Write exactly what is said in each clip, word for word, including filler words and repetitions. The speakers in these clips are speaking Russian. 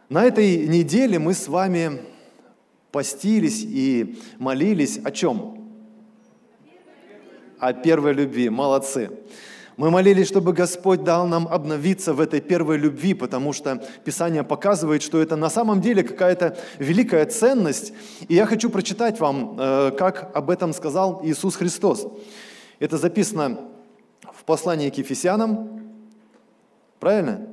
На этой неделе мы с вами постились и молились о чем? О первой любви. Молодцы. Мы молились, чтобы Господь дал нам обновиться в этой первой любви, потому что Писание показывает, что это на самом деле какая-то великая ценность. И я хочу прочитать вам, как об этом сказал Иисус Христос. Это записано в послании к Ефесянам. Правильно?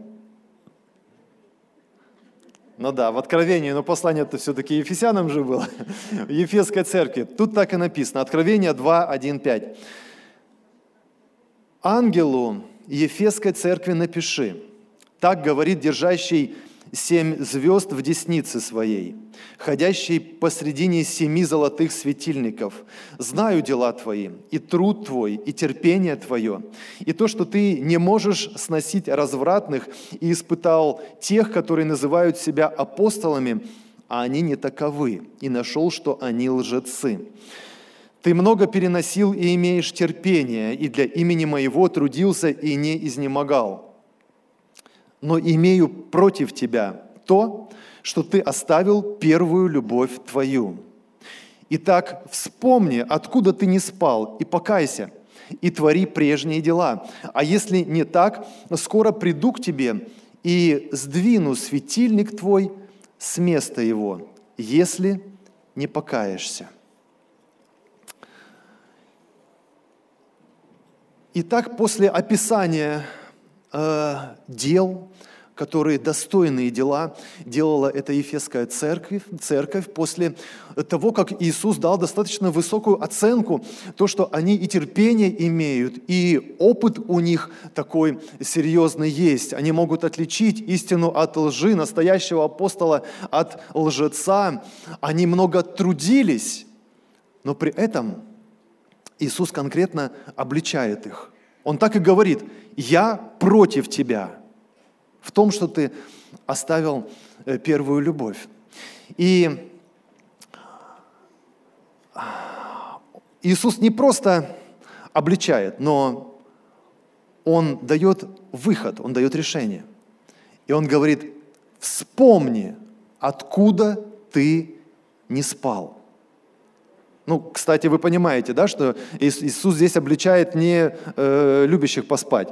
Ну да, в Откровении, но послание-то все-таки Ефесянам же было, в Ефесской церкви. Тут так и написано, Откровение два, один, пять. «Ангелу Ефесской церкви напиши, так говорит держащий семь звезд в деснице своей, ходящий посредине семи золотых светильников. Знаю дела твои, и труд твой, и терпение твое, и то, что ты не можешь сносить развратных, и испытал тех, которые называют себя апостолами, а они не таковы, и нашел, что они лжецы. Ты много переносил и имеешь терпение, и для имени моего трудился и не изнемогал. Но имею против тебя то, что ты оставил первую любовь твою. Итак, вспомни, откуда ты не спал, и покайся, и твори прежние дела. А если не так, скоро приду к тебе и сдвину светильник твой с места его, если не покаешься». Итак, после описания э, дел, которые достойные дела делала эта Ефесская церковь, церковь, после того, как Иисус дал достаточно высокую оценку, то, что они и терпение имеют, и опыт у них такой серьезный есть. Они могут отличить истину от лжи, настоящего апостола от лжеца. Они много трудились, но при этом Иисус конкретно обличает их. Он так и говорит: «Я против тебя в том, что ты оставил первую любовь». И Иисус не просто обличает, но Он дает выход, Он дает решение. И Он говорит: «Вспомни, откуда ты не спал». Ну, кстати, вы понимаете, да, что Иисус здесь обличает не э, любящих поспать.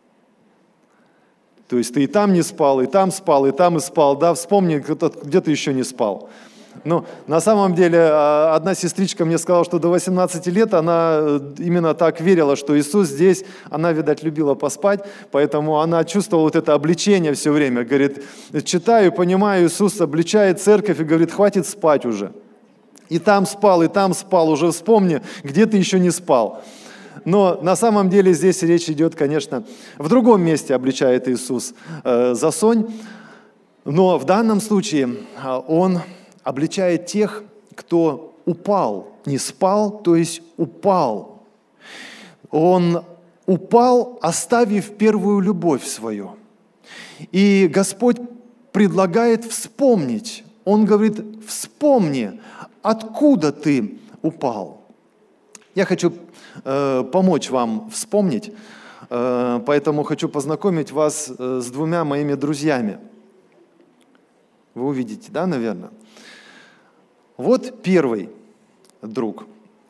То есть ты и там не спал, и там спал, и там и спал, да, вспомни, где ты еще не спал. Ну, на самом деле, одна сестричка мне сказала, что до восемнадцати лет она именно так верила, что Иисус здесь, она, видать, любила поспать, поэтому она чувствовала вот это обличение все время. Говорит, читаю, понимаю, Иисус обличает церковь и говорит: хватит спать уже. И там спал, и там спал, уже вспомни, где ты еще не спал. Но на самом деле здесь речь идет, конечно, в другом месте обличает Иисус э, засонь. Но в данном случае э, Он обличает тех, кто упал, не спал, то есть упал. Он упал, оставив первую любовь свою. И Господь предлагает вспомнить. Он говорит: вспомни, откуда ты упал. Я хочу э, помочь вам вспомнить, э, поэтому хочу познакомить вас э, с двумя моими друзьями. Вы увидите, да, наверное? Вот первый друг.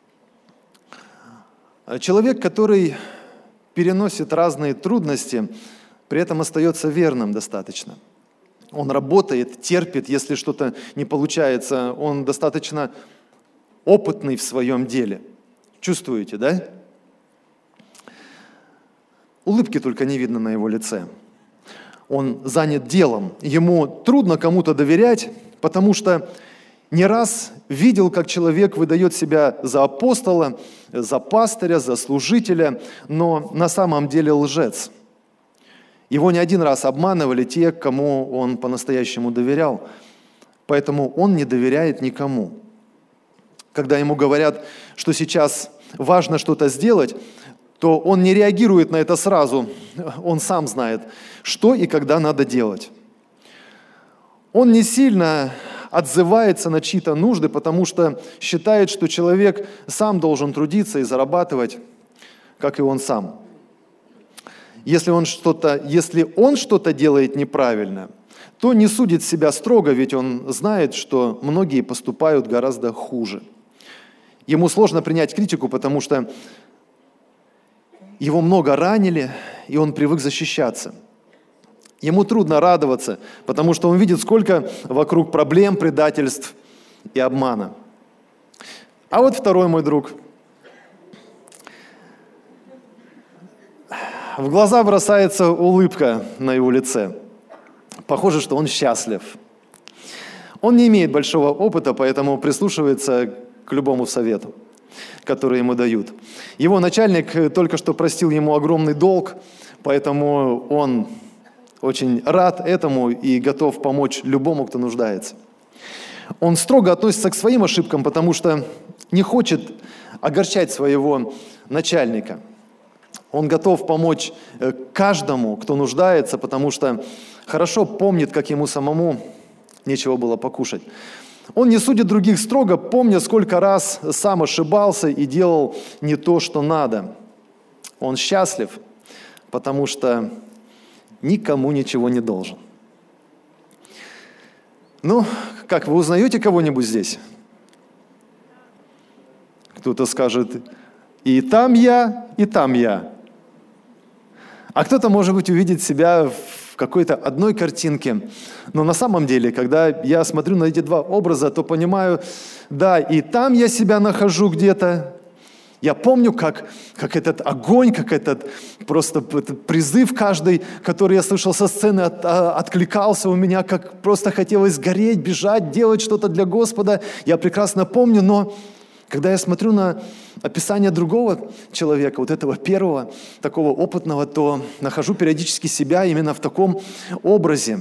Человек, который переносит разные трудности, при этом остается верным достаточно. Он работает, терпит, если что-то не получается. Он достаточно опытный в своем деле. Чувствуете, да? Улыбки только не видно на его лице. Он занят делом. Ему трудно кому-то доверять, потому что не раз видел, как человек выдает себя за апостола, за пастыря, за служителя, но на самом деле лжец. Его не один раз обманывали те, кому он по-настоящему доверял, поэтому он не доверяет никому. Когда ему говорят, что сейчас важно что-то сделать, то он не реагирует на это сразу, он сам знает, что и когда надо делать. Он не сильно отзывается на чьи-то нужды, потому что считает, что человек сам должен трудиться и зарабатывать, как и он сам. Если он что-то, если он что-то делает неправильно, то не судит себя строго, ведь он знает, что многие поступают гораздо хуже. Ему сложно принять критику, потому что его много ранили, и он привык защищаться. Ему трудно радоваться, потому что он видит, сколько вокруг проблем, предательств и обмана. А вот второй мой друг. В глаза бросается улыбка на его лице. Похоже, что он счастлив. Он не имеет большого опыта, поэтому прислушивается к любому совету, который ему дают. Его начальник только что простил ему огромный долг, поэтому он очень рад этому и готов помочь любому, кто нуждается. Он строго относится к своим ошибкам, потому что не хочет огорчать своего начальника. Он готов помочь каждому, кто нуждается, потому что хорошо помнит, как ему самому нечего было покушать. Он не судит других строго, помня, сколько раз сам ошибался и делал не то, что надо. Он счастлив, потому что никому ничего не должен. Ну, как, вы узнаете кого-нибудь здесь? Кто-то скажет, и там я, и там я. А кто-то, может быть, увидит себя в какой-то одной картинке. Но на самом деле, когда я смотрю на эти два образа, то понимаю, да, и там я себя нахожу где-то. Я помню, как, как этот огонь, как этот просто этот призыв каждый, который я слышал со сцены, от, а, откликался у меня, как просто хотелось гореть, бежать, делать что-то для Господа. Я прекрасно помню, но когда я смотрю на описание другого человека, вот этого первого, такого опытного, то нахожу периодически себя именно в таком образе.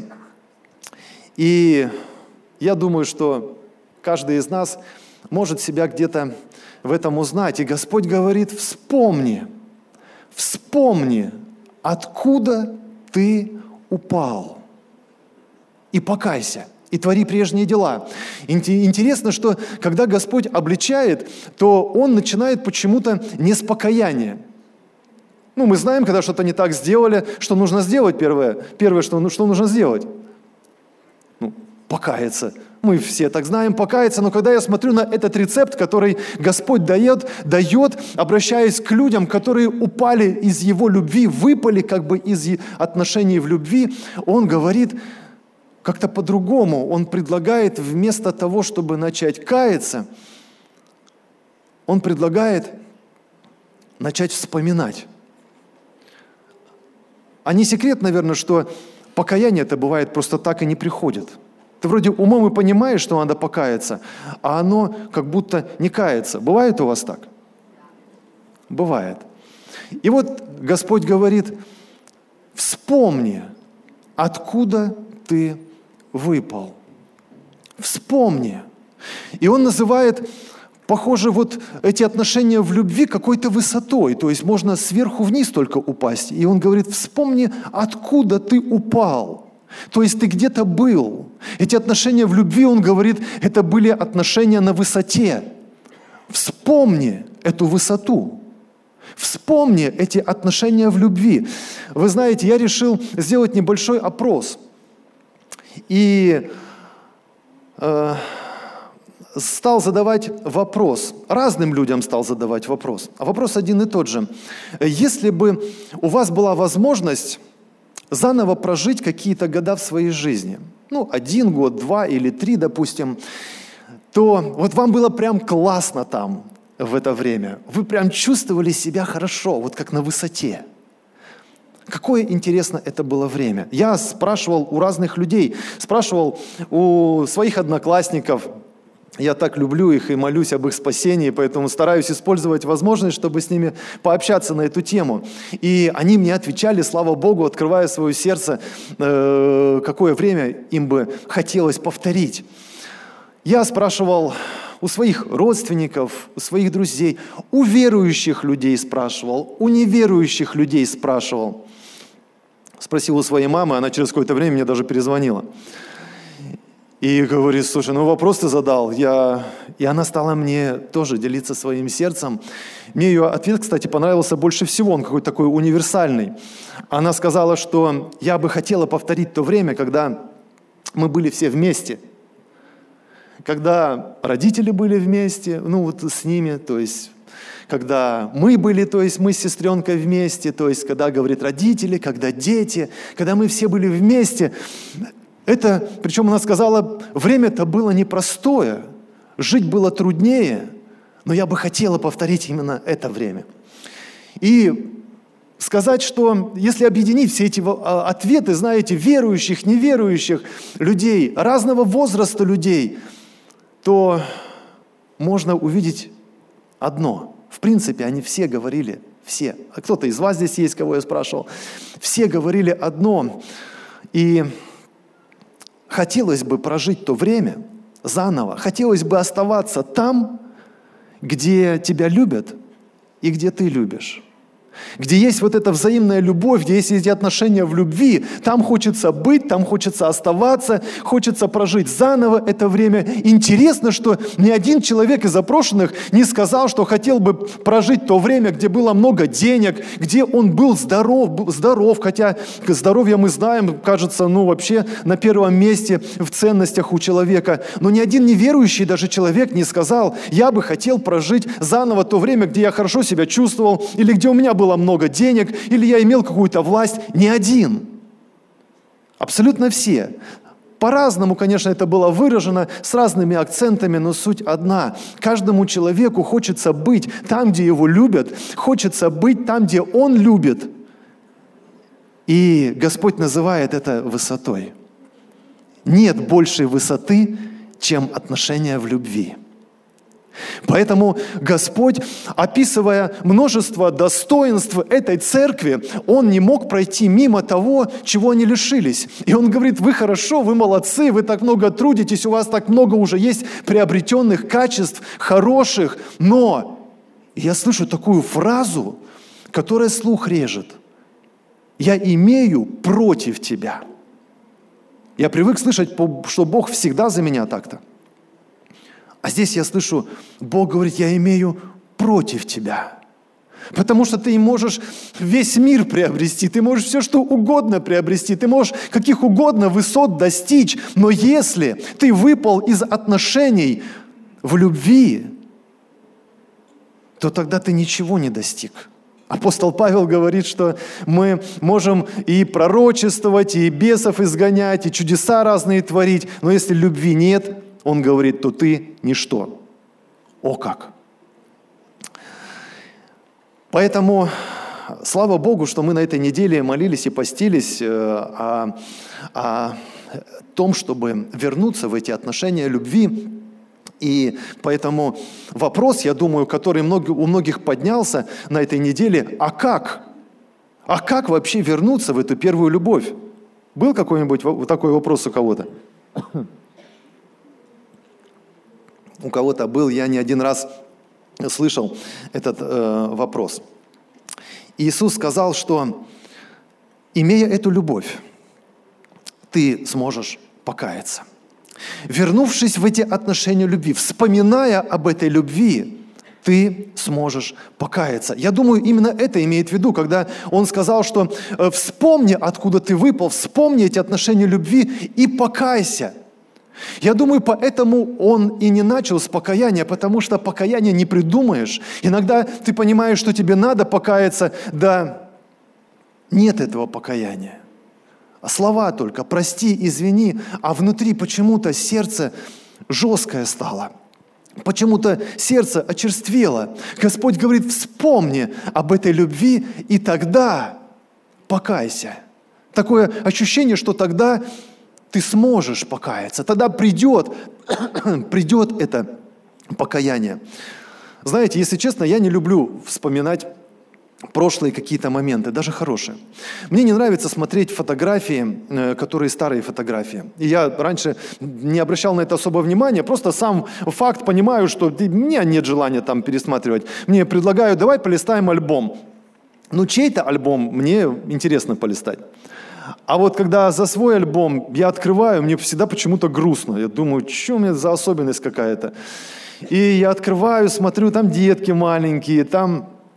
И я думаю, что каждый из нас может себя где-то в этом узнать. И Господь говорит, вспомни, вспомни, откуда ты упал, и покайся. И твори прежние дела. Интересно, что когда Господь обличает, то Он начинает почему-то не с покаяния. Ну, мы знаем, когда что-то не так сделали, что нужно сделать первое. Первое, что, ну, что нужно сделать? Ну, покаяться. Мы все так знаем, покаяться. Но когда я смотрю на этот рецепт, который Господь дает, дает, обращаясь к людям, которые упали из Его любви, выпали как бы из отношений в любви, Он говорит как-то по-другому. Он предлагает вместо того, чтобы начать каяться, Он предлагает начать вспоминать. А не секрет, наверное, что покаяние это бывает просто так и не приходит. Ты вроде умом и понимаешь, что надо покаяться, а оно как будто не кается. Бывает у вас так? Бывает. И вот Господь говорит, вспомни, откуда ты выпал. Вспомни. И Он называет, похоже, вот эти отношения в любви какой-то высотой, то есть можно сверху вниз только упасть. И Он говорит, вспомни, откуда ты упал. То есть ты где-то был. Эти отношения в любви, Он говорит, это были отношения на высоте. Вспомни эту высоту. Вспомни эти отношения в любви. Вы знаете, я решил сделать небольшой опрос. И э, стал задавать вопрос. Разным людям стал задавать вопрос. А вопрос один и тот же. Если бы у вас была возможность заново прожить какие-то года в своей жизни, ну, один год, два или три, допустим, то вот вам было прям классно там в это время. Вы прям чувствовали себя хорошо, вот как на высоте. Какое, интересно, это было время. Я спрашивал у разных людей, спрашивал у своих одноклассников. Я так люблю их и молюсь об их спасении, поэтому стараюсь использовать возможность, чтобы с ними пообщаться на эту тему. И они мне отвечали, слава Богу, открывая свое сердце, э, какое время им бы хотелось повторить. Я спрашивал у своих родственников, у своих друзей, у верующих людей спрашивал, у неверующих людей спрашивал. Спросил у своей мамы, она через какое-то время мне даже перезвонила. И говорит, слушай, ну вопрос ты задал. Я... И она стала мне тоже делиться своим сердцем. Мне ее ответ, кстати, понравился больше всего. Он какой-то такой универсальный. Она сказала, что я бы хотела повторить то время, когда мы были все вместе. Когда родители были вместе, ну вот с ними, то есть когда мы были, то есть мы с сестренкой вместе, то есть когда, говорит, родители, когда дети, когда мы все были вместе. Это, причем она сказала, время-то было непростое, жить было труднее, но я бы хотела повторить именно это время. И сказать, что если объединить все эти ответы, знаете, верующих, неверующих людей, разного возраста людей, то можно увидеть одно. В принципе, они все говорили, все. А кто-то из вас здесь есть, кого я спрашивал. Все говорили одно. И хотелось бы прожить то время заново. Хотелось бы оставаться там, где тебя любят и где ты любишь. Где есть вот эта взаимная любовь, где есть эти отношения в любви, там хочется быть, там хочется оставаться, хочется прожить заново это время. Интересно, что ни один человек из запрошенных не сказал, что хотел бы прожить то время, где было много денег, где он был здоров, здоров, хотя здоровье мы знаем, кажется, ну вообще на первом месте в ценностях у человека. Но ни один неверующий даже человек не сказал, я бы хотел прожить заново то время, где я хорошо себя чувствовал, или где у меня было много денег, или я имел какую-то власть. Ни один. Абсолютно все. По-разному, конечно, это было выражено, с разными акцентами, но суть одна. Каждому человеку хочется быть там, где его любят, хочется быть там, где он любит. И Господь называет это высотой. Нет большей высоты, чем отношения в любви. Поэтому Господь, описывая множество достоинств этой церкви, Он не мог пройти мимо того, чего они лишились. И Он говорит, вы хорошо, вы молодцы, вы так много трудитесь, у вас так много уже есть приобретенных качеств, хороших, но я слышу такую фразу, которая слух режет. Я имею против тебя. Я привык слышать, что Бог всегда за меня так-то. А здесь я слышу, Бог говорит, я имею против тебя. Потому что ты можешь весь мир приобрести, ты можешь все, что угодно приобрести, ты можешь каких угодно высот достичь, но если ты выпал из отношений в любви, то тогда ты ничего не достиг. Апостол Павел говорит, что мы можем и пророчествовать, и бесов изгонять, и чудеса разные творить, но если любви нет, он говорит, то ты ничто. О как! Поэтому слава Богу, что мы на этой неделе молились и постились о, о том, чтобы вернуться в эти отношения любви. И поэтому вопрос, я думаю, который у многих поднялся на этой неделе, а как? А как вообще вернуться в эту первую любовь? Был какой-нибудь такой вопрос у кого-то? У кого-то был, я не один раз слышал этот э, вопрос. Иисус сказал, что, имея эту любовь, ты сможешь покаяться. Вернувшись в эти отношения любви, вспоминая об этой любви, ты сможешь покаяться. Я думаю, именно это имеет в виду, когда Он сказал, что э, вспомни, откуда ты выпал, вспомни эти отношения любви и покайся. Я думаю, поэтому Он и не начал с покаяния, потому что покаяние не придумаешь. Иногда ты понимаешь, что тебе надо покаяться, да нет этого покаяния. А слова только «прости, извини», а внутри почему-то сердце жесткое стало. Почему-то сердце очерствело. Господь говорит, вспомни об этой любви, и тогда покайся. Такое ощущение, что тогда ты сможешь покаяться. Тогда придет, придет это покаяние. Знаете, если честно, я не люблю вспоминать прошлые какие-то моменты, даже хорошие. Мне не нравится смотреть фотографии, которые старые фотографии. И я раньше не обращал на это особо внимания, просто сам факт понимаю, что у меня нет желания там пересматривать. Мне предлагают, давай полистаем альбом. Ну, чей-то альбом мне интересно полистать. А вот когда за свой альбом я открываю, мне всегда почему-то грустно. Я думаю, что у меня за особенность какая-то. И я открываю, смотрю, там детки маленькие, там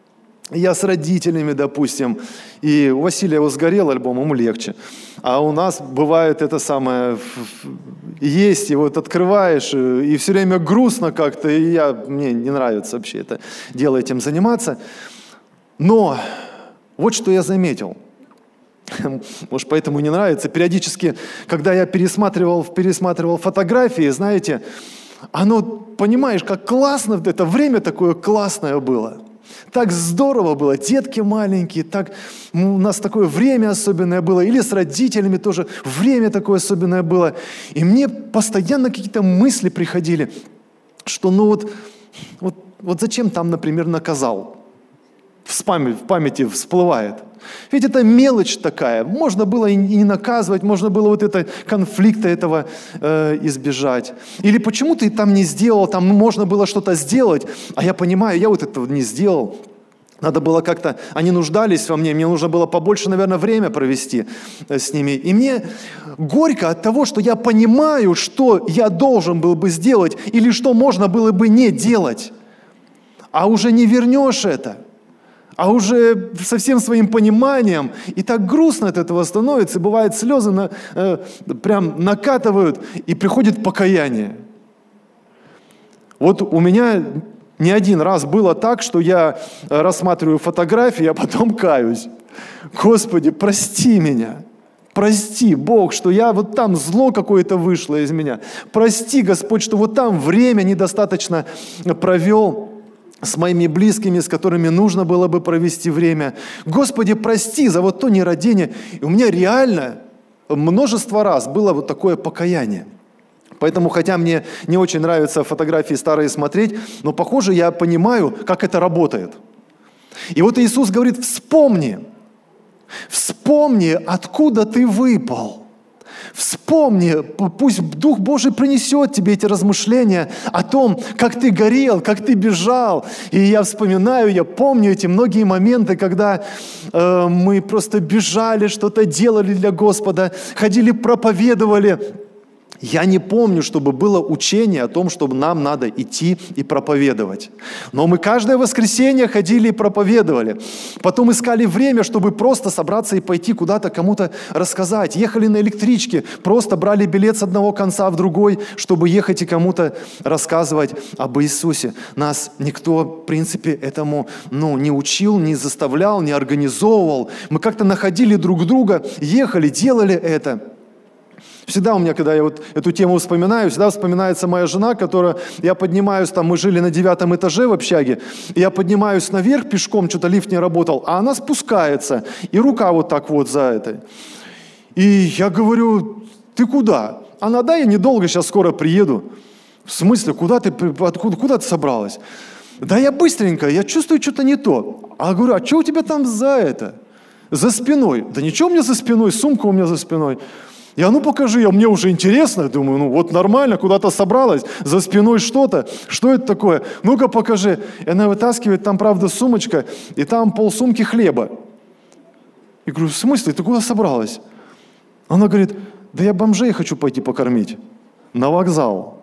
я с родителями, допустим, и у Василия его сгорел альбом, ему легче. А у нас бывает это самое, есть, и вот открываешь, и все время грустно как-то, и я, мне не нравится вообще это дело, этим заниматься. Но вот что я заметил. Может, поэтому не нравится. Периодически, когда я пересматривал, пересматривал фотографии, знаете, оно, понимаешь, как классно, это время такое классное было. Так здорово было, детки маленькие, так, у нас такое время особенное было, или с родителями тоже время такое особенное было. И мне постоянно какие-то мысли приходили, что ну вот, вот, вот зачем там, например, наказал? В памяти, в памяти всплывает. Ведь это мелочь такая. Можно было и не наказывать, можно было вот это конфликта этого э, избежать. Или почему ты там не сделал, там можно было что-то сделать, а я понимаю, я вот этого не сделал. Надо было как-то, они нуждались во мне, мне нужно было побольше, наверное, время провести с ними. И мне горько от того, что я понимаю, что я должен был бы сделать или что можно было бы не делать. А уже не вернешь это. А уже со всем своим пониманием, и так грустно от этого становится, и бывает слезы на, э, прям накатывают, и приходит покаяние. Вот у меня не один раз было так, что я рассматриваю фотографии, а потом каюсь. Господи, прости меня. Прости, Бог, что я вот там зло какое-то вышло из меня. Прости, Господь, что вот там время недостаточно провел с моими близкими, с которыми нужно было бы провести время. Господи, прости за вот то нерадение. И у меня реально множество раз было вот такое покаяние. Поэтому, хотя мне не очень нравятся фотографии старые смотреть, но, похоже, я понимаю, как это работает. И вот Иисус говорит, вспомни, вспомни, откуда ты выпал. Вспомни, пусть Дух Божий принесет тебе эти размышления о том, как ты горел, как ты бежал. И я вспоминаю, я помню эти многие моменты, когда э, мы просто бежали, что-то делали для Господа, ходили, проповедовали. Я не помню, чтобы было учение о том, чтобы нам надо идти и проповедовать. Но мы каждое воскресенье ходили и проповедовали. Потом искали время, чтобы просто собраться и пойти куда-то кому-то рассказать. Ехали на электричке, просто брали билет с одного конца в другой, чтобы ехать и кому-то рассказывать об Иисусе. Нас никто, в принципе, этому ну, не учил, не заставлял, не организовывал. Мы как-то находили друг друга, ехали, делали это. Всегда у меня, когда я вот эту тему вспоминаю, всегда вспоминается моя жена, которая, я поднимаюсь, там мы жили на девятом этаже в общаге, и я поднимаюсь наверх пешком, что-то лифт не работал, а она спускается, и рука вот так вот за этой. И я говорю, ты куда? Она, да, я недолго, сейчас скоро приеду. В смысле, куда ты, откуда, куда ты собралась? Да я быстренько, я чувствую что-то не то. А говорю, а что у тебя там за это? За спиной. Да ничего у меня за спиной, сумка у меня за спиной. Я, ну покажи, а мне уже интересно, думаю, ну вот нормально, куда-то собралась, за спиной что-то, что это такое? Ну-ка покажи. И она вытаскивает, там, правда, сумочка, и там полсумки хлеба. Я говорю, в смысле, ты куда собралась? Она говорит, да я бомжей хочу пойти покормить, на вокзал.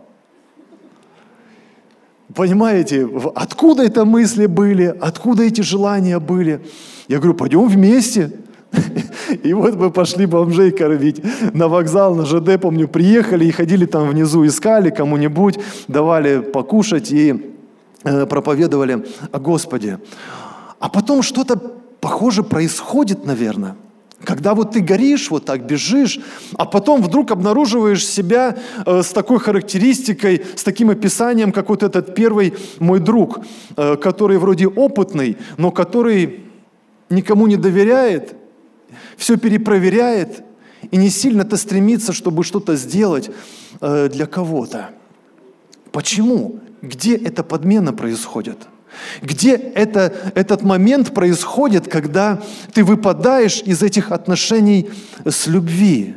Понимаете, откуда это мысли были, откуда эти желания были? Я говорю, пойдем вместе. И вот мы пошли бомжей кормить на вокзал, на ЖД, помню, приехали и ходили там внизу, искали кому-нибудь, давали покушать и э, проповедовали о Господе. А потом что-то похоже происходит, наверное. Когда вот ты горишь, вот так бежишь, а потом вдруг обнаруживаешь себя э, с такой характеристикой, с таким описанием, как вот этот первый мой друг, э, который вроде опытный, но который никому не доверяет, все перепроверяет и не сильно-то стремится, чтобы что-то сделать э, для кого-то. Почему? Где эта подмена происходит? Где это, этот момент происходит, когда ты выпадаешь из этих отношений с любви?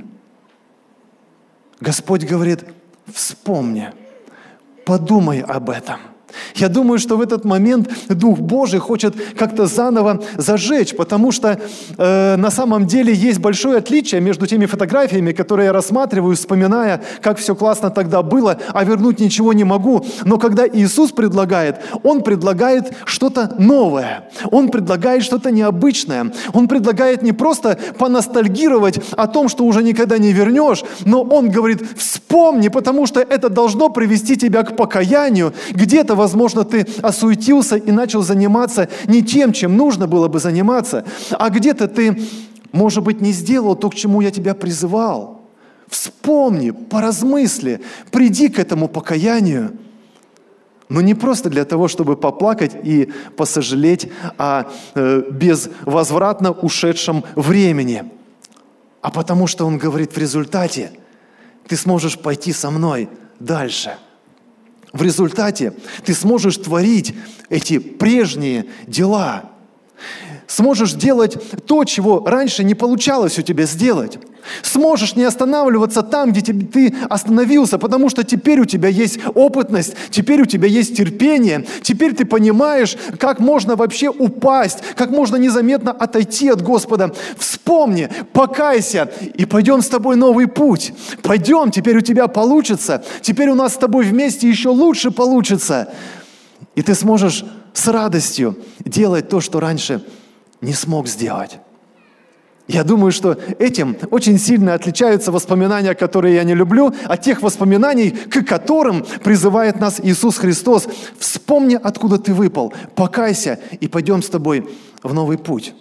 Господь говорит, вспомни, подумай об этом. Я думаю, что в этот момент Дух Божий хочет как-то заново зажечь, потому что э, на самом деле есть большое отличие между теми фотографиями, которые я рассматриваю, вспоминая, как все классно тогда было, а вернуть ничего не могу. Но когда Иисус предлагает, Он предлагает что-то новое, Он предлагает что-то необычное, Он предлагает не просто поностальгировать о том, что уже никогда не вернешь, но Он говорит: вспомни, потому что это должно привести тебя к покаянию. Где-то, возможно, ты осуетился и начал заниматься не тем, чем нужно было бы заниматься, а где-то ты, может быть, не сделал то, к чему я тебя призывал. Вспомни, поразмысли, приди к этому покаянию. Но не просто для того, чтобы поплакать и посожалеть о э, безвозвратно ушедшем времени, а потому что Он говорит: в результате ты сможешь пойти со мной дальше. В результате ты сможешь творить эти прежние дела. Сможешь делать то, чего раньше не получалось у тебя сделать. Сможешь не останавливаться там, где ты остановился, потому что теперь у тебя есть опытность, теперь у тебя есть терпение, теперь ты понимаешь, как можно вообще упасть, как можно незаметно отойти от Господа. Вспомни, покайся, и пойдем с тобой новый путь. Пойдем, теперь у тебя получится, теперь у нас с тобой вместе еще лучше получится. И ты сможешь с радостью делать то, что раньше не смог сделать. Я думаю, что этим очень сильно отличаются воспоминания, которые я не люблю, от тех воспоминаний, к которым призывает нас Иисус Христос. Вспомни, откуда ты выпал, покайся, и пойдем с тобой в новый путь.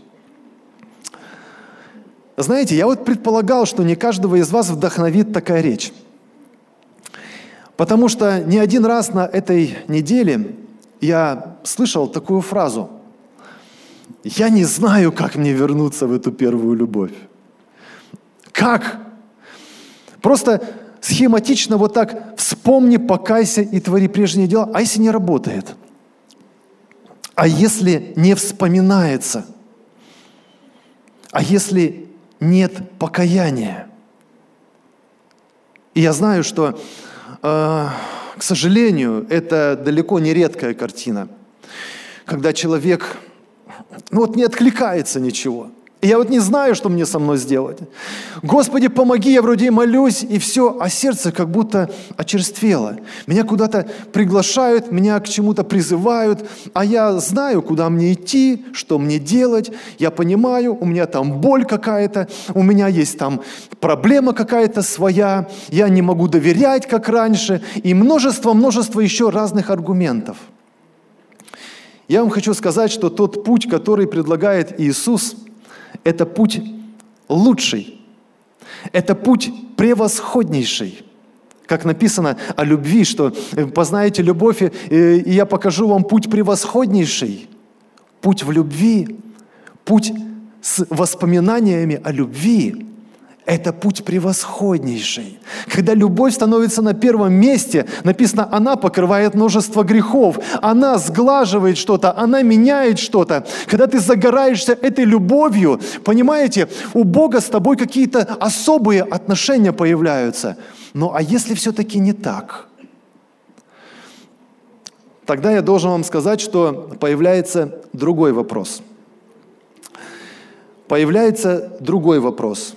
Знаете, я вот предполагал, что не каждого из вас вдохновит такая речь. Потому что не один раз на этой неделе я слышал такую фразу: «Я не знаю, как мне вернуться в эту первую любовь». Как? Просто схематично вот так: вспомни, покайся и твори прежние дела. А если не работает? А если не вспоминается? А если нет покаяния? И я знаю, что, э, к сожалению, это далеко не редкая картина, когда человек... Ну вот не откликается ничего. И я вот не знаю, что мне со мной сделать. Господи, помоги, я вроде и молюсь, и все, а сердце как будто очерствело. Меня куда-то приглашают, меня к чему-то призывают, а я знаю, куда мне идти, что мне делать. Я понимаю, у меня там боль какая-то, у меня есть там проблема какая-то своя, я не могу доверять, как раньше, и множество-множество еще разных аргументов. Я вам хочу сказать, что тот путь, который предлагает Иисус, это путь лучший, это путь превосходнейший. Как написано о любви, что познаете любовь, и я покажу вам путь превосходнейший. Путь в любви, путь с воспоминаниями о любви. Это путь превосходнейший. Когда любовь становится на первом месте, написано, она покрывает множество грехов, она сглаживает что-то, она меняет что-то. Когда ты загораешься этой любовью, понимаете, у Бога с тобой какие-то особые отношения появляются. Ну а если все-таки не так? Тогда я должен вам сказать, что появляется другой вопрос. Появляется другой вопрос.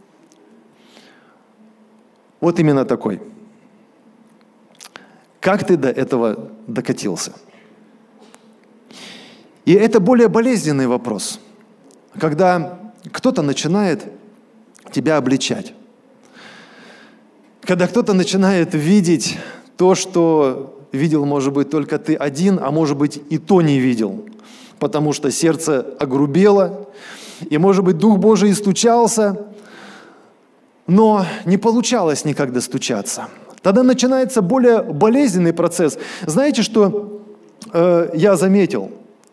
Вот именно такой. Как ты до этого докатился? И это более болезненный вопрос, когда кто-то начинает тебя обличать, когда кто-то начинает видеть то, что видел, может быть, только ты один, а может быть, и то не видел, потому что сердце огрубело, и, может быть, Дух Божий стучался, но не получалось никак достучаться. Тогда начинается более болезненный процесс. Знаете, что э, я заметил?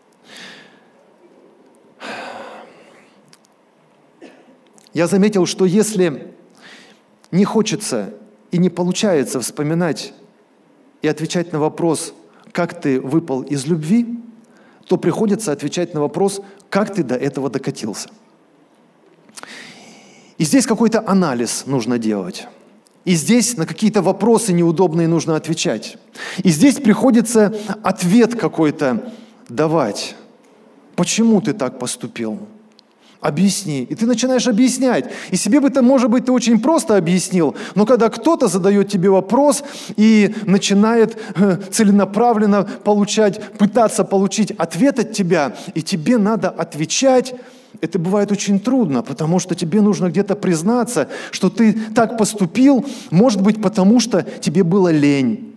Я заметил, что если не хочется и не получается вспоминать и отвечать на вопрос, как ты выпал из любви, то приходится отвечать на вопрос, как ты до этого докатился. И здесь какой-то анализ нужно делать. И здесь на какие-то вопросы неудобные нужно отвечать. И здесь приходится ответ какой-то давать. Почему ты так поступил? Объясни. И ты начинаешь объяснять. И себе бы это, может быть, ты очень просто объяснил, но когда кто-то задает тебе вопрос и начинает э, целенаправленно получать, пытаться получить ответ от тебя, и тебе надо отвечать, это бывает очень трудно, потому что тебе нужно где-то признаться, что ты так поступил, может быть, потому что тебе было лень.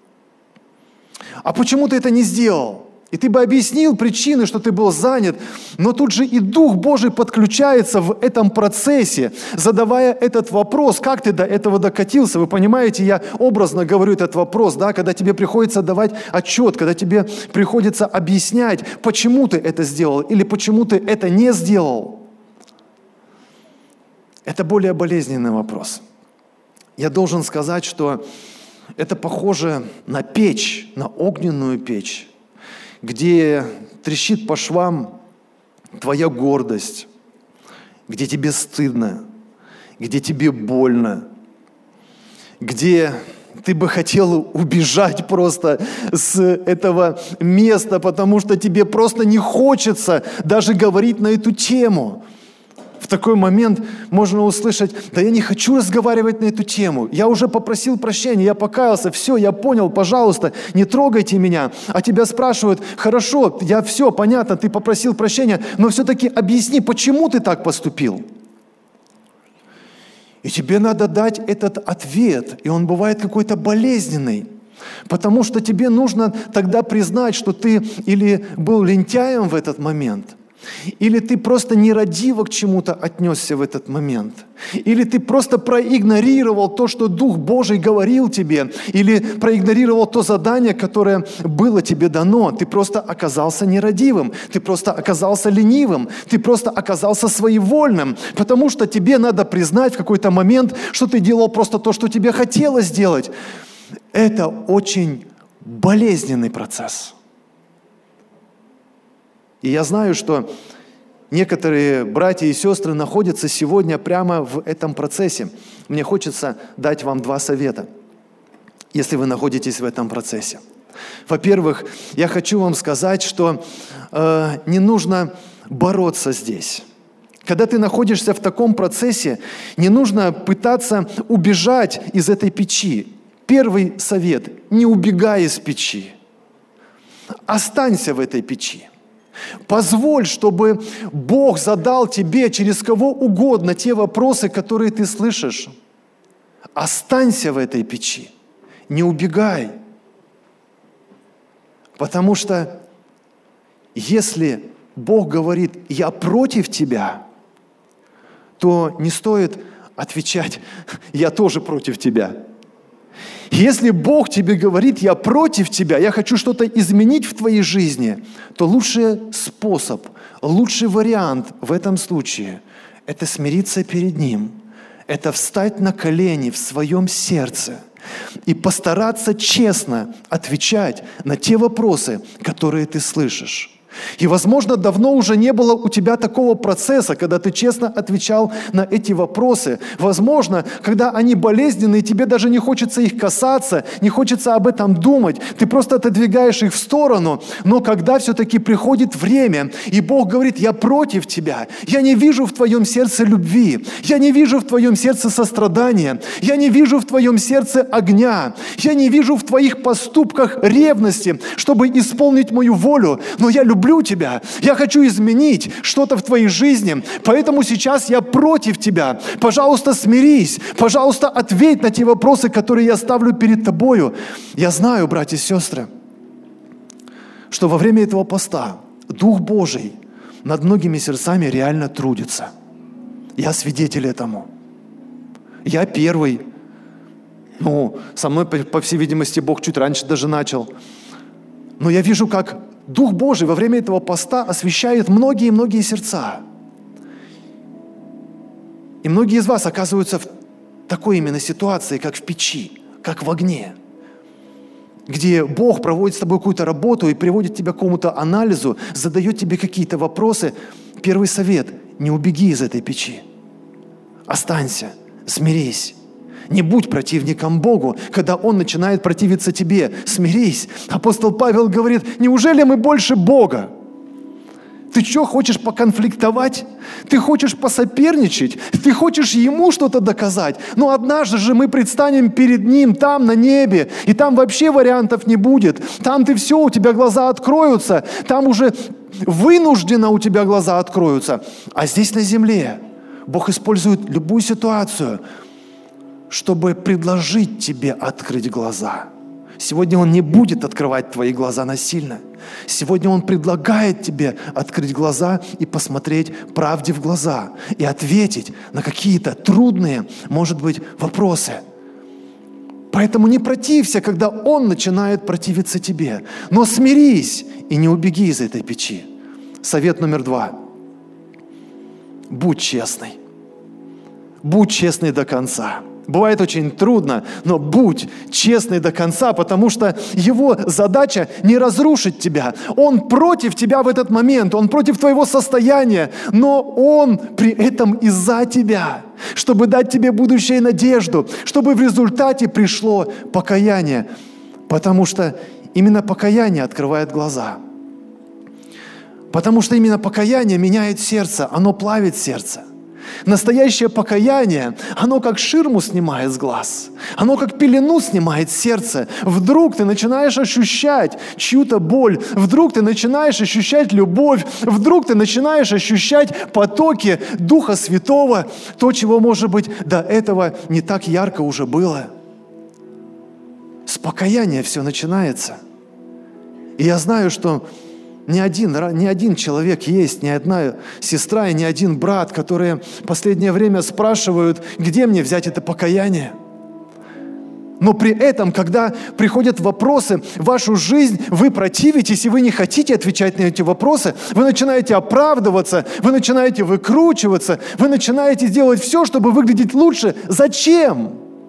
А почему ты это не сделал? И ты бы объяснил причины, что ты был занят, но тут же и Дух Божий подключается в этом процессе, задавая этот вопрос, как ты до этого докатился. Вы понимаете, я образно говорю этот вопрос, да, когда тебе приходится давать отчет, когда тебе приходится объяснять, почему ты это сделал или почему ты это не сделал. Это более болезненный вопрос. Я должен сказать, что это похоже на печь, на огненную печь, где трещит по швам твоя гордость, где тебе стыдно, где тебе больно, где ты бы хотел убежать просто с этого места, потому что тебе просто не хочется даже говорить на эту тему. В такой момент можно услышать: да я не хочу разговаривать на эту тему, я уже попросил прощения, я покаялся, все, я понял, пожалуйста, не трогайте меня. А тебя спрашивают: хорошо, я все, понятно, ты попросил прощения, но все-таки объясни, почему ты так поступил? И тебе надо дать этот ответ, и он бывает какой-то болезненный, потому что тебе нужно тогда признать, что ты или был лентяем в этот момент, или ты просто нерадиво к чему-то отнесся в этот момент. Или ты просто проигнорировал то, что Дух Божий говорил тебе. Или проигнорировал то задание, которое было тебе дано. Ты просто оказался нерадивым. Ты просто оказался ленивым. Ты просто оказался своевольным. Потому что тебе надо признать в какой-то момент, что ты делал просто то, что тебе хотелось сделать. Это очень болезненный процесс. И я знаю, что некоторые братья и сестры находятся сегодня прямо в этом процессе. Мне хочется дать вам два совета, если вы находитесь в этом процессе. Во-первых, я хочу вам сказать, что э, не нужно бороться здесь. Когда ты находишься в таком процессе, не нужно пытаться убежать из этой печи. Первый совет – не убегай из печи. Останься в этой печи. Позволь, чтобы Бог задал тебе через кого угодно те вопросы, которые ты слышишь. Останься в этой печи, не убегай. Потому что если Бог говорит: «Я против тебя», то не стоит отвечать: «Я тоже против тебя». Если Бог тебе говорит: «Я против тебя, я хочу что-то изменить в твоей жизни», то лучший способ, лучший вариант в этом случае – это смириться перед Ним, это встать на колени в своем сердце и постараться честно отвечать на те вопросы, которые ты слышишь. И, возможно, давно уже не было у тебя такого процесса, когда ты честно отвечал на эти вопросы. Возможно, когда они болезненные, тебе даже не хочется их касаться, не хочется об этом думать. Ты просто отодвигаешь их в сторону. Но когда все-таки приходит время, и Бог говорит: «Я против тебя, я не вижу в твоем сердце любви, я не вижу в твоем сердце сострадания, я не вижу в твоем сердце огня, я не вижу в твоих поступках ревности, чтобы исполнить мою волю, но я люблю люблю тебя, я хочу изменить что-то в твоей жизни, поэтому сейчас я против тебя. Пожалуйста, смирись, пожалуйста, ответь на те вопросы, которые я ставлю перед тобою». Я знаю, братья и сестры, что во время этого поста Дух Божий над многими сердцами реально трудится. Я свидетель этому. Я первый. Ну, со мной, по всей видимости, Бог чуть раньше даже начал. Но я вижу, как Дух Божий во время этого поста освещает многие-многие сердца. И многие из вас оказываются в такой именно ситуации, как в печи, как в огне, где Бог проводит с тобой какую-то работу и приводит тебя к какому-то анализу, задает тебе какие-то вопросы. Первый совет – не убеги из этой печи. Останься, смирись. Не будь противником Богу, когда Он начинает противиться тебе. Смирись. Апостол Павел говорит, неужели мы больше Бога? Ты что, хочешь поконфликтовать? Ты хочешь посоперничать? Ты хочешь Ему что-то доказать? Но однажды же мы предстанем перед Ним там, на небе, и там вообще вариантов не будет. Там ты все, у тебя глаза откроются, там уже вынужденно у тебя глаза откроются. А здесь на земле Бог использует любую ситуацию, чтобы предложить тебе открыть глаза. Сегодня Он не будет открывать твои глаза насильно. Сегодня Он предлагает тебе открыть глаза и посмотреть правде в глаза и ответить на какие-то трудные, может быть, вопросы. Поэтому не протився, когда Он начинает противиться тебе, но смирись и не убеги из этой печи. Совет номер два. Будь честный. Будь честный до конца. Бывает очень трудно, но будь честный до конца, потому что Его задача не разрушить тебя. Он против тебя в этот момент, Он против твоего состояния, но Он при этом и за тебя, чтобы дать тебе будущее и надежду, чтобы в результате пришло покаяние, потому что именно покаяние открывает глаза. Потому что именно покаяние меняет сердце, оно плавит сердце. Настоящее покаяние, оно как ширму снимает с глаз, оно как пелену снимает сердце. Вдруг ты начинаешь ощущать чью-то боль, вдруг ты начинаешь ощущать любовь, вдруг ты начинаешь ощущать потоки Духа Святого, то, чего, может быть, до этого не так ярко уже было. С покаяния все начинается. И я знаю, что Ни один, ни один человек есть, ни одна сестра и ни один брат, которые в последнее время спрашивают, где мне взять это покаяние. Но при этом, когда приходят вопросы в вашу жизнь, вы противитесь, и вы не хотите отвечать на эти вопросы, вы начинаете оправдываться, вы начинаете выкручиваться, вы начинаете делать все, чтобы выглядеть лучше. Зачем?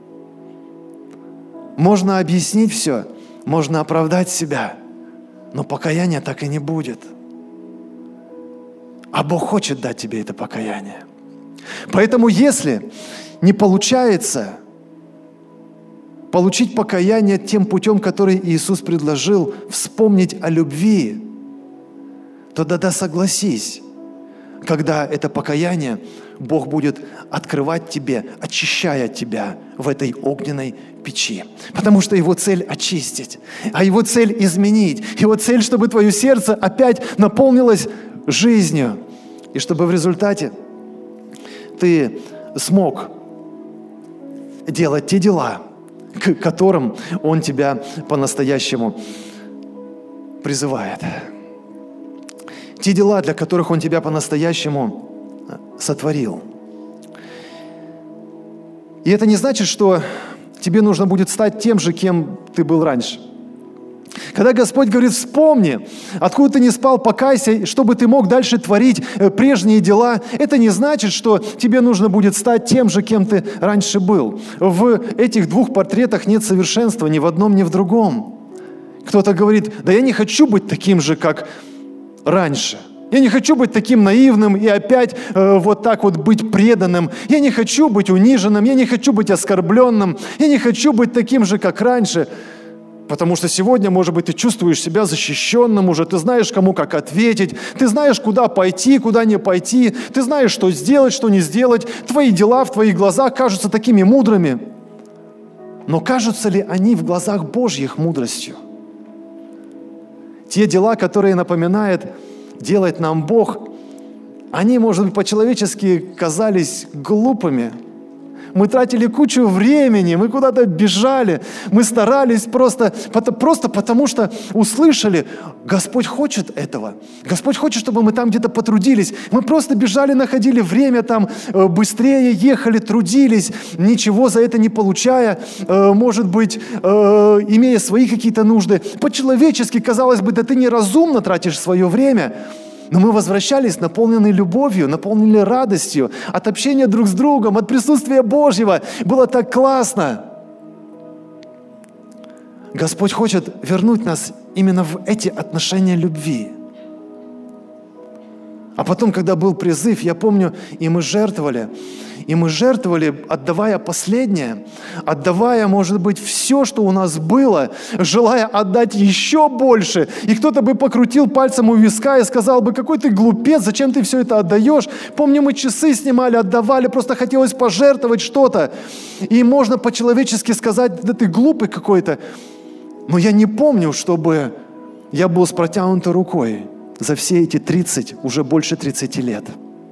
Можно объяснить все, можно оправдать себя. Но покаяния так и не будет. А Бог хочет дать тебе это покаяние. Поэтому если не получается получить покаяние тем путем, который Иисус предложил, вспомнить о любви, то да-да, согласись, когда это покаяние Бог будет открывать тебе, очищая тебя в этой огненной печи. Потому что Его цель очистить, а Его цель изменить. Его цель, чтобы твое сердце опять наполнилось жизнью. И чтобы в результате ты смог делать те дела, к которым Он тебя по-настоящему призывает. Те дела, для которых Он тебя по-настоящему сотворил. И это не значит, что тебе нужно будет стать тем же, кем ты был раньше. Когда Господь говорит, вспомни, откуда ты не спал, покайся, чтобы ты мог дальше творить прежние дела, это не значит, что тебе нужно будет стать тем же, кем ты раньше был. В этих двух портретах нет совершенства ни в одном, ни в другом. Кто-то говорит, да я не хочу быть таким же, как раньше. Я не хочу быть таким наивным и опять э, вот так вот быть преданным. Я не хочу быть униженным, я не хочу быть оскорбленным, я не хочу быть таким же, как раньше. Потому что сегодня, может быть, ты чувствуешь себя защищенным уже, ты знаешь, кому как ответить, ты знаешь, куда пойти, куда не пойти, ты знаешь, что сделать, что не сделать. Твои дела в твоих глазах кажутся такими мудрыми. Но кажутся ли они в глазах Божьих мудростью? Те дела, которые напоминает делать нам Бог, они, может быть, по-человечески казались глупыми. Мы тратили кучу времени, мы куда-то бежали, мы старались просто, просто потому, что услышали, Господь хочет этого. Господь хочет, чтобы мы там где-то потрудились. Мы просто бежали, находили время там, быстрее ехали, трудились, ничего за это не получая, может быть, имея свои какие-то нужды. По-человечески, казалось бы, да ты неразумно тратишь свое время. Но мы возвращались, наполненные любовью, наполненные радостью от общения друг с другом, от присутствия Божьего. Было так классно. Господь хочет вернуть нас именно в эти отношения любви. А потом, когда был призыв, я помню, и мы жертвовали, И мы жертвовали, отдавая последнее, отдавая, может быть, все, что у нас было, желая отдать еще больше. И кто-то бы покрутил пальцем у виска и сказал бы: какой ты глупец, зачем ты все это отдаешь? Помню, мы часы снимали, отдавали, просто хотелось пожертвовать что-то. И можно по-человечески сказать: да ты глупый какой-то. Но я не помню, чтобы я был с протянутой рукой за все эти тридцать, уже больше тридцати лет.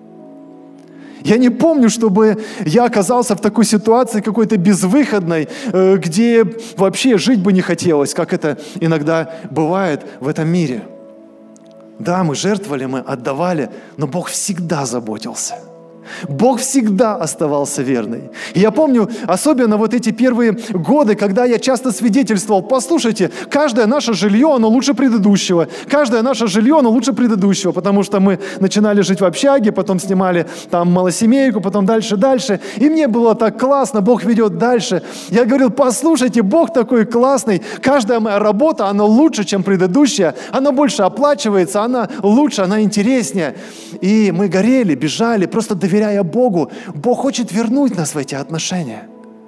Я не помню, чтобы я оказался в такой ситуации какой-то безвыходной, где вообще жить бы не хотелось, как это иногда бывает в этом мире. Да, мы жертвовали, мы отдавали, но Бог всегда заботился. Бог всегда оставался верный. И я помню, особенно вот эти первые годы, когда я часто свидетельствовал: послушайте, каждое наше жилье, оно лучше предыдущего. Каждое наше жилье, оно лучше предыдущего, потому что мы начинали жить в общаге, потом снимали там малосемейку, потом дальше, дальше. И мне было так классно, Бог ведет дальше. Я говорил: послушайте, Бог такой классный, каждая моя работа, она лучше, чем предыдущая, она больше оплачивается, она лучше, она интереснее. И мы горели, бежали, просто доверяли Богу. Бог хочет вернуть нас в эти отношения.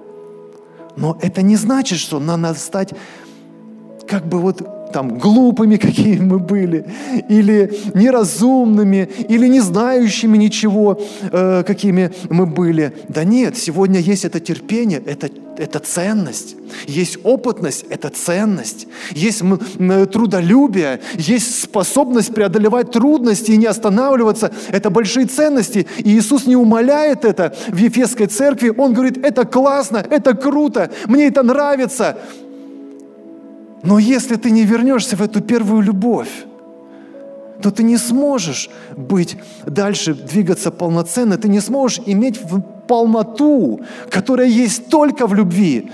Но это не значит, что нам надо стать как бы вот там глупыми, какими мы были, или неразумными, или не знающими ничего, э, какими мы были. Да нет, сегодня есть это терпение, это, это ценность. Есть опытность, это ценность. Есть м- м- трудолюбие, есть способность преодолевать трудности и не останавливаться. Это большие ценности. И Иисус не умаляет это в Ефесской церкви. Он говорит: это классно, это круто, мне это нравится. Но если ты не вернешься в эту первую любовь, то ты не сможешь быть дальше, двигаться полноценно, ты не сможешь иметь полноту, которая есть только в любви.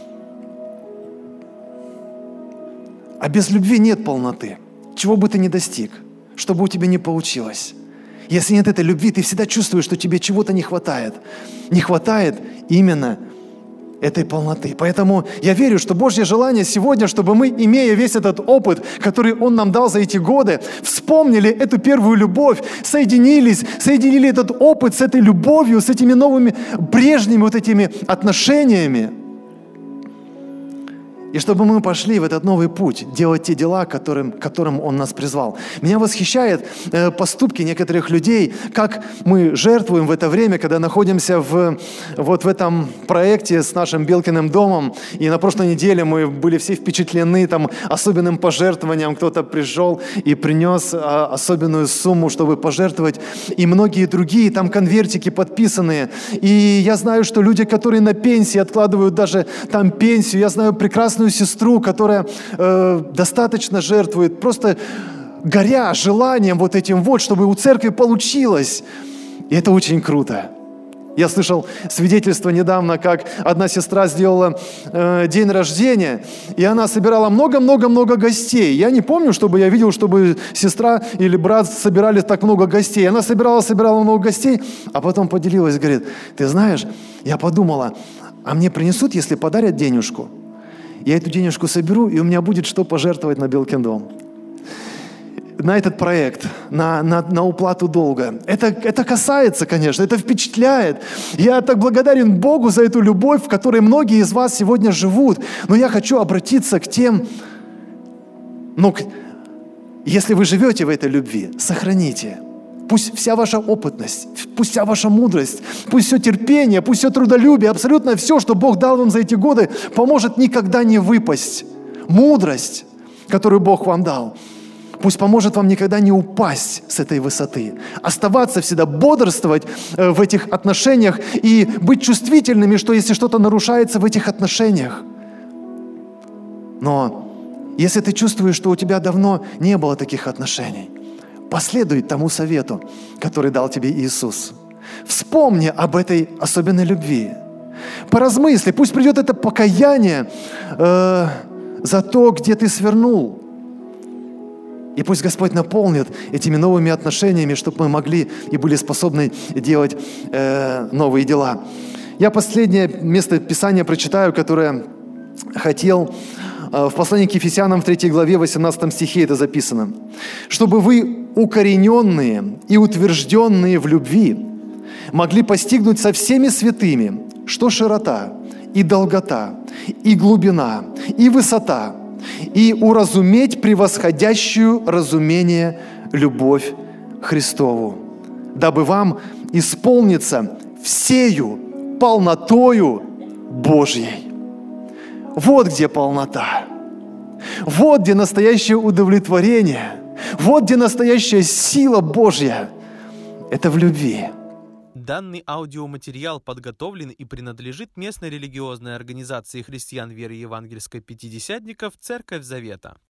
А без любви нет полноты. Чего бы ты ни достиг, что бы у тебя ни получилось. Если нет этой любви, ты всегда чувствуешь, что тебе чего-то не хватает. Не хватает именно этой полноты. Поэтому я верю, что Божье желание сегодня, чтобы мы, имея весь этот опыт, который Он нам дал за эти годы, вспомнили эту первую любовь, соединились, соединили этот опыт с этой любовью, с этими новыми, прежними вот этими отношениями. И чтобы мы пошли в этот новый путь, делать те дела, которым, которым Он нас призвал. Меня восхищают э, поступки некоторых людей, как мы жертвуем в это время, когда находимся в, вот в этом проекте с нашим Белкиным домом. И на прошлой неделе мы были все впечатлены там особенным пожертвованием. Кто-то пришел и принес а, особенную сумму, чтобы пожертвовать. И многие другие, там конвертики подписанные. И я знаю, что люди, которые на пенсии откладывают даже там пенсию, я знаю прекрасно сестру, которая э, достаточно жертвует, просто горя желанием вот этим вот, чтобы у церкви получилось. И это очень круто. Я слышал свидетельство недавно, как одна сестра сделала э, день рождения, и она собирала много-много-много гостей. Я не помню, чтобы я видел, чтобы сестра или брат собирали так много гостей. Она собирала, собирала много гостей, а потом поделилась, говорит: ты знаешь, я подумала, а мне принесут, если подарят денежку? Я эту денежку соберу, и у меня будет что пожертвовать на Белкин дом. На этот проект, на, на, на уплату долга. Это, это касается, конечно, это впечатляет. Я так благодарен Богу за эту любовь, в которой многие из вас сегодня живут. Но я хочу обратиться к тем, ну, к, если вы живете в этой любви, сохраните. Пусть вся ваша опытность, пусть вся ваша мудрость, пусть все терпение, пусть все трудолюбие, абсолютно все, что Бог дал вам за эти годы, поможет никогда не выпасть. Мудрость, которую Бог вам дал, пусть поможет вам никогда не упасть с этой высоты. Оставаться всегда, бодрствовать в этих отношениях и быть чувствительными, что если что-то нарушается в этих отношениях. Но если ты чувствуешь, что у тебя давно не было таких отношений, последуй тому совету, который дал тебе Иисус. Вспомни об этой особенной любви. Поразмысли, пусть придет это покаяние э, за то, где ты свернул. И пусть Господь наполнит этими новыми отношениями, чтобы мы могли и были способны делать э, новые дела. Я последнее место Писания прочитаю, которое хотел. В послании к Ефесянам в третьей главе, восемнадцатом стихе это записано. «Чтобы вы, укорененные и утвержденные в любви, могли постигнуть со всеми святыми, что широта, и долгота, и глубина, и высота, и уразуметь превосходящую разумение любовь Христову, дабы вам исполниться всею полнотою Божьей». Вот где полнота. Вот где настоящее удовлетворение. Вот где настоящая сила Божья. Это в любви. Данный аудиоматериал подготовлен и принадлежит местной религиозной организации христиан веры евангельской пятидесятников «Церковь Завета».